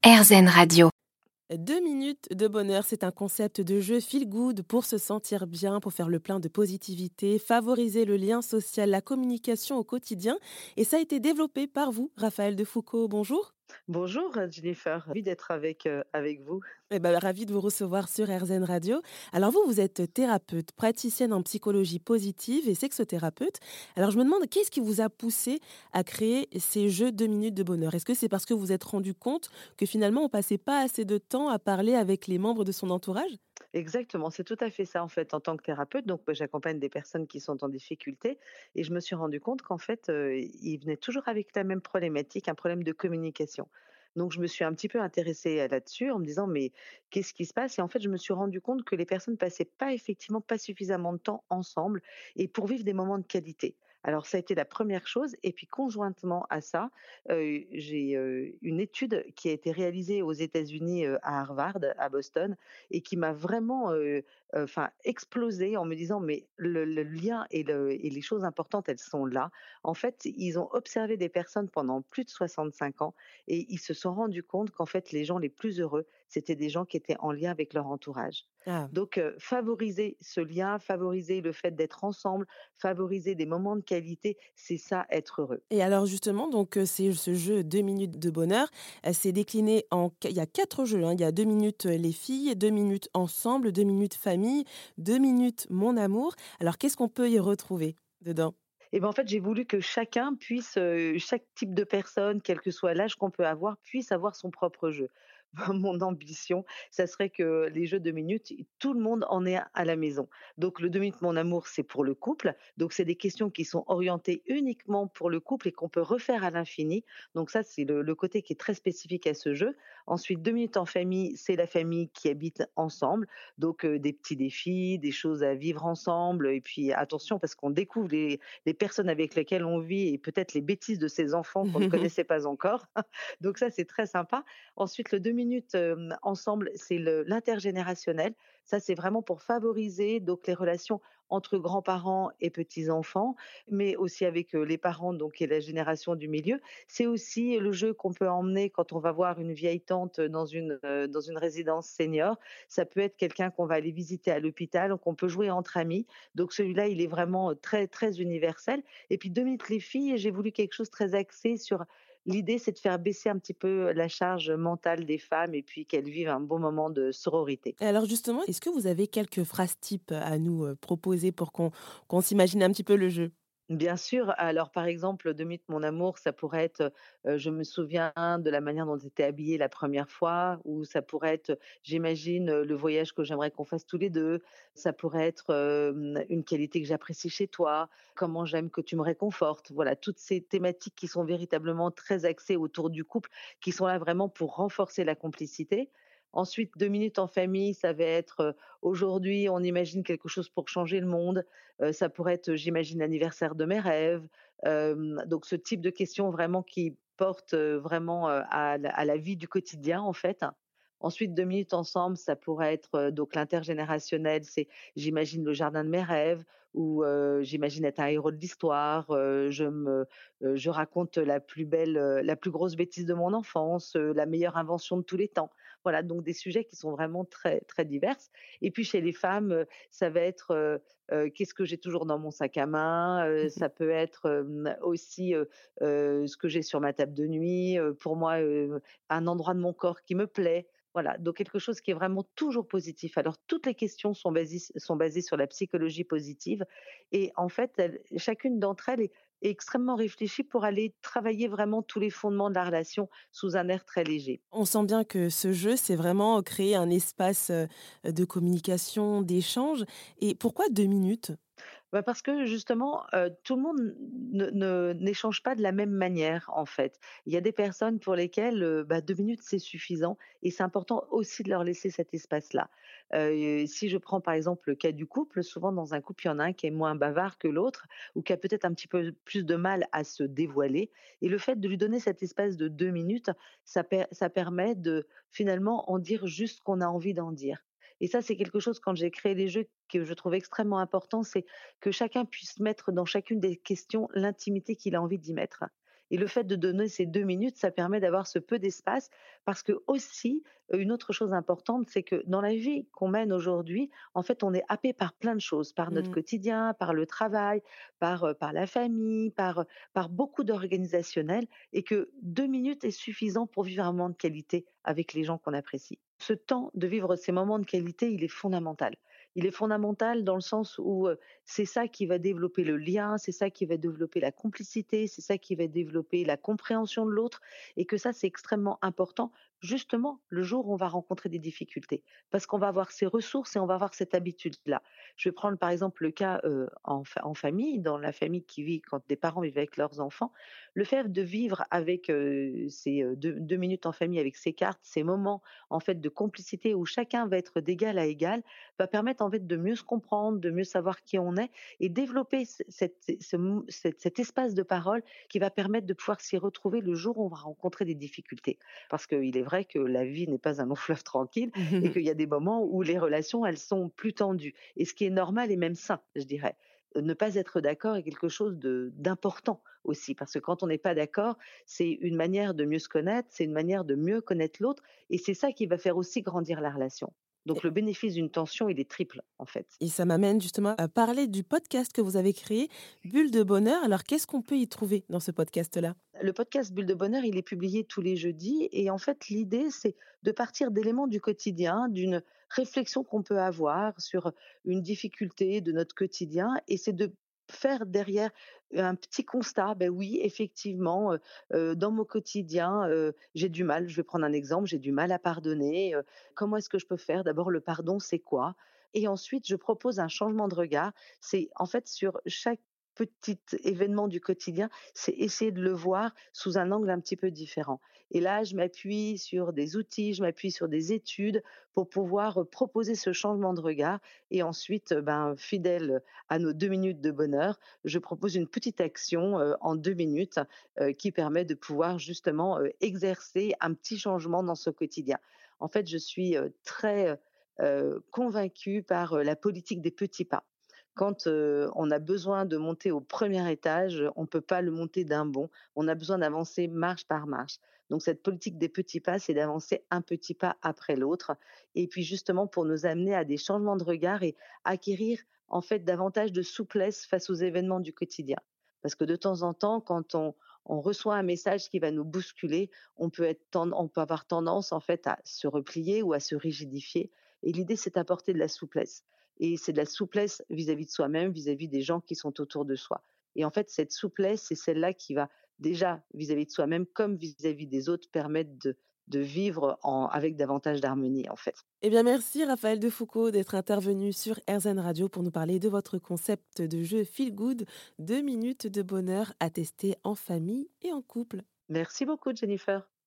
RZN Radio. 2 minutes de bonheur, c'est un concept de jeu feel good pour se sentir bien, pour faire le plein de positivité, favoriser le lien social, la communication au quotidien. Et ça a été développé par vous, Raphaël Defoucauld. Bonjour. Bonjour Jennifer, ravi d'être avec vous. Eh ben, ravi de vous recevoir sur RZN Radio. Alors vous êtes thérapeute, praticienne en psychologie positive et sexothérapeute. Alors je me demande, qu'est-ce qui vous a poussé à créer ces jeux 2 minutes de bonheur? Est-ce que c'est parce que vous vous êtes rendu compte que finalement on passait pas assez de temps à parler avec les membres de son entourage? Exactement, c'est tout à fait ça en fait en tant que thérapeute. Donc moi, j'accompagne des personnes qui sont en difficulté et je me suis rendu compte qu'en fait, ils venaient toujours avec la même problématique, un problème de communication. Donc je me suis un petit peu intéressée là-dessus en me disant: «Mais qu'est-ce qui se passe?» Et en fait, je me suis rendu compte que les personnes passaient pas effectivement pas suffisamment de temps ensemble et pour vivre des moments de qualité. Alors ça a été la première chose et puis conjointement à ça, j'ai, une étude qui a été réalisée aux États-Unis, à Harvard, à Boston et qui m'a vraiment, enfin explosé en me disant: «Mais le lien et les choses importantes, elles sont là». En fait, ils ont observé des personnes pendant plus de 65 ans et ils se sont rendus compte qu'en fait, les gens les plus heureux, c'était des gens qui étaient en lien avec leur entourage. Ah. Donc favoriser ce lien, favoriser le fait d'être ensemble, favoriser des moments de qualité, c'est ça être heureux. Et alors justement, donc c'est ce jeu 2 minutes de bonheur, c'est décliné en il y a 4 jeux, hein. Il y a 2 minutes, les filles, 2 minutes ensemble, 2 minutes famille, 2 minutes mon amour. Alors qu'est-ce qu'on peut y retrouver dedans? Et ben, en fait, j'ai voulu que chacun puisse, chaque type de personne, quel que soit l'âge qu'on peut avoir, puisse avoir son propre jeu. Mon ambition, ça serait que les jeux 2 minutes, tout le monde en ait un à la maison. Donc le 2 minutes mon amour, c'est pour le couple. Donc c'est des questions qui sont orientées uniquement pour le couple et qu'on peut refaire à l'infini. Donc ça, c'est le côté qui est très spécifique à ce jeu. Ensuite, 2 minutes en famille, c'est la famille qui habite ensemble. Donc des petits défis, des choses à vivre ensemble et puis attention parce qu'on découvre les personnes avec lesquelles on vit et peut-être les bêtises de ses enfants qu'on ne connaissait pas encore. Donc ça, c'est très sympa. Ensuite, le 2 minutes ensemble, c'est l'intergénérationnel. Ça, c'est vraiment pour favoriser donc les relations entre grands-parents et petits-enfants, mais aussi avec les parents, donc et la génération du milieu. C'est aussi le jeu qu'on peut emmener quand on va voir une vieille tante dans une résidence senior. Ça peut être quelqu'un qu'on va aller visiter à l'hôpital, qu'on peut jouer entre amis. Donc celui-là, il est vraiment très, très universel. Et puis 2 minutes les filles, j'ai voulu quelque chose très axé sur l'idée, c'est de faire baisser un petit peu la charge mentale des femmes et puis qu'elles vivent un bon moment de sororité. Et alors justement, est-ce que vous avez quelques phrases types à nous, proposer pour qu'on s'imagine un petit peu le jeu? Bien sûr, alors par exemple, «De mythe mon amour», ça pourrait être, «Je me souviens de la manière dont tu étais habillée la première fois» ou ça pourrait être, «J'imagine, le voyage que j'aimerais qu'on fasse tous les 2. Ça pourrait être, «Une qualité que j'apprécie chez toi», «Comment j'aime que tu me réconfortes». Voilà, toutes ces thématiques qui sont véritablement très axées autour du couple, qui sont là vraiment pour renforcer la complicité. Ensuite, 2 minutes en famille, ça va être, «Aujourd'hui, on imagine quelque chose pour changer le monde». Ça pourrait être, j'imagine l'anniversaire de mes rêves. Donc ce type de questions vraiment qui portent, vraiment, à la vie du quotidien, en fait. Ensuite 2 minutes ensemble, ça pourrait être, donc l'intergénérationnel, c'est j'imagine le jardin de mes rêves ou, j'imagine être un héros de l'histoire, je raconte la plus grosse bêtise de mon enfance, la meilleure invention de tous les temps. Voilà, donc des sujets qui sont vraiment très, très diverses et puis chez les femmes, ça va être, qu'est-ce que j'ai toujours dans mon sac à main? Ça peut être, aussi, ce que j'ai sur ma table de nuit, pour moi, un endroit de mon corps qui me plaît. Voilà, donc quelque chose qui est vraiment toujours positif. Alors toutes les questions sont basées sur la psychologie positive et en fait, chacune d'entre elles est extrêmement réfléchie pour aller travailler vraiment tous les fondements de la relation sous un air très léger. On sent bien que ce jeu, c'est vraiment créer un espace, de communication, d'échange. Et pourquoi 2 minutes? Bah, parce que justement, tout le monde n'échange pas de la même manière, en fait. Il y a des personnes pour lesquelles, 2 minutes, c'est suffisant et c'est important aussi de leur laisser cet espace-là. Si je prends, par exemple, le cas du couple, souvent dans un couple, il y en a un qui est moins bavard que l'autre ou qui a peut-être un petit peu plus de mal à se dévoiler et le fait de lui donner cet espace de 2 minutes, ça permet de, finalement, en dire juste ce qu'on a envie d'en dire et ça, c'est quelque chose quand j'ai créé les jeux que je trouve extrêmement important, c'est que chacun puisse mettre dans chacune des questions l'intimité qu'il a envie d'y mettre. Et le fait de donner ces 2 minutes, ça permet d'avoir ce peu d'espace parce que aussi, une autre chose importante, c'est que dans la vie qu'on mène aujourd'hui, en fait, on est happé par plein de choses, par notre Mmh. quotidien, par le travail, par la famille, par beaucoup d'organisationnel et que 2 minutes est suffisant pour vivre un moment de qualité avec les gens qu'on apprécie. Ce temps de vivre ces moments de qualité, il est fondamental. Il est fondamental dans le sens où, c'est ça qui va développer le lien, c'est ça qui va développer la complicité, c'est ça qui va développer la compréhension de l'autre et que ça, c'est extrêmement important, justement, le jour où on va rencontrer des difficultés. Parce qu'on va avoir ces ressources et on va avoir cette habitude-là. Je vais prendre par exemple le cas, en famille, dans la famille qui vit quand des parents vivent avec leurs enfants. Le fait de vivre avec, ces, 2 minutes en famille avec ces cartes, ces moments en fait de complicité où chacun va être d'égal à égal, va permettre en fait de mieux se comprendre, de mieux savoir qui on est et développer cet espace de parole qui va permettre de pouvoir s'y retrouver le jour où on va rencontrer des difficultés. Parce qu'il est vrai que la vie n'est pas un long fleuve tranquille et qu'il y a des moments où les relations, elles sont plus tendues. Et ce qui est normal et même sain, je dirais. Ne pas être d'accord est quelque chose d'important aussi, parce que quand on n'est pas d'accord, c'est une manière de mieux se connaître, c'est une manière de mieux connaître l'autre, et c'est ça qui va faire aussi grandir la relation. Donc le bénéfice d'une tension, il est triple, en fait. Et ça m'amène justement à parler du podcast que vous avez créé, Bulle de bonheur. Alors qu'est-ce qu'on peut y trouver dans ce podcast-là? Le podcast Bulle de bonheur, il est publié tous les jeudis et en fait, l'idée, c'est de partir d'éléments du quotidien, d'une réflexion qu'on peut avoir sur une difficulté de notre quotidien et c'est de faire derrière un petit constat. Ben oui, effectivement, dans mon quotidien, j'ai du mal. Je vais prendre un exemple, j'ai du mal à pardonner. Comment est-ce que je peux faire? D'abord, le pardon, c'est quoi? Et ensuite, je propose un changement de regard. C'est en fait sur chaque petit événement du quotidien, c'est essayer de le voir sous un angle un petit peu différent. Et là, je m'appuie sur des outils, je m'appuie sur des études pour pouvoir proposer ce changement de regard. Et ensuite, ben, fidèle à nos 2 minutes de bonheur, je propose une petite action en 2 minutes qui permet de pouvoir justement exercer un petit changement dans ce quotidien. En fait, je suis très convaincue par la politique des petits pas. Quand, on a besoin de monter au premier étage, on ne peut pas le monter d'un bond. On a besoin d'avancer marche par marche. Donc cette politique des petits pas, c'est d'avancer un petit pas après l'autre et puis justement pour nous amener à des changements de regard et acquérir en fait davantage de souplesse face aux événements du quotidien. Parce que de temps en temps, quand on reçoit un message qui va nous bousculer, on peut avoir tendance en fait à se replier ou à se rigidifier et l'idée c'est d'apporter de la souplesse et c'est de la souplesse vis-à-vis de soi-même, vis-à-vis des gens qui sont autour de soi. Et en fait, cette souplesse, c'est celle-là qui va déjà vis-à-vis de soi-même comme vis-à-vis des autres permettre de vivre avec davantage d'harmonie en fait. Eh bien, merci Raphaël Defoucauld d'être intervenu sur RZN Radio pour nous parler de votre concept de jeu Feel Good, 2 minutes de bonheur à tester en famille et en couple. Merci beaucoup Jennifer.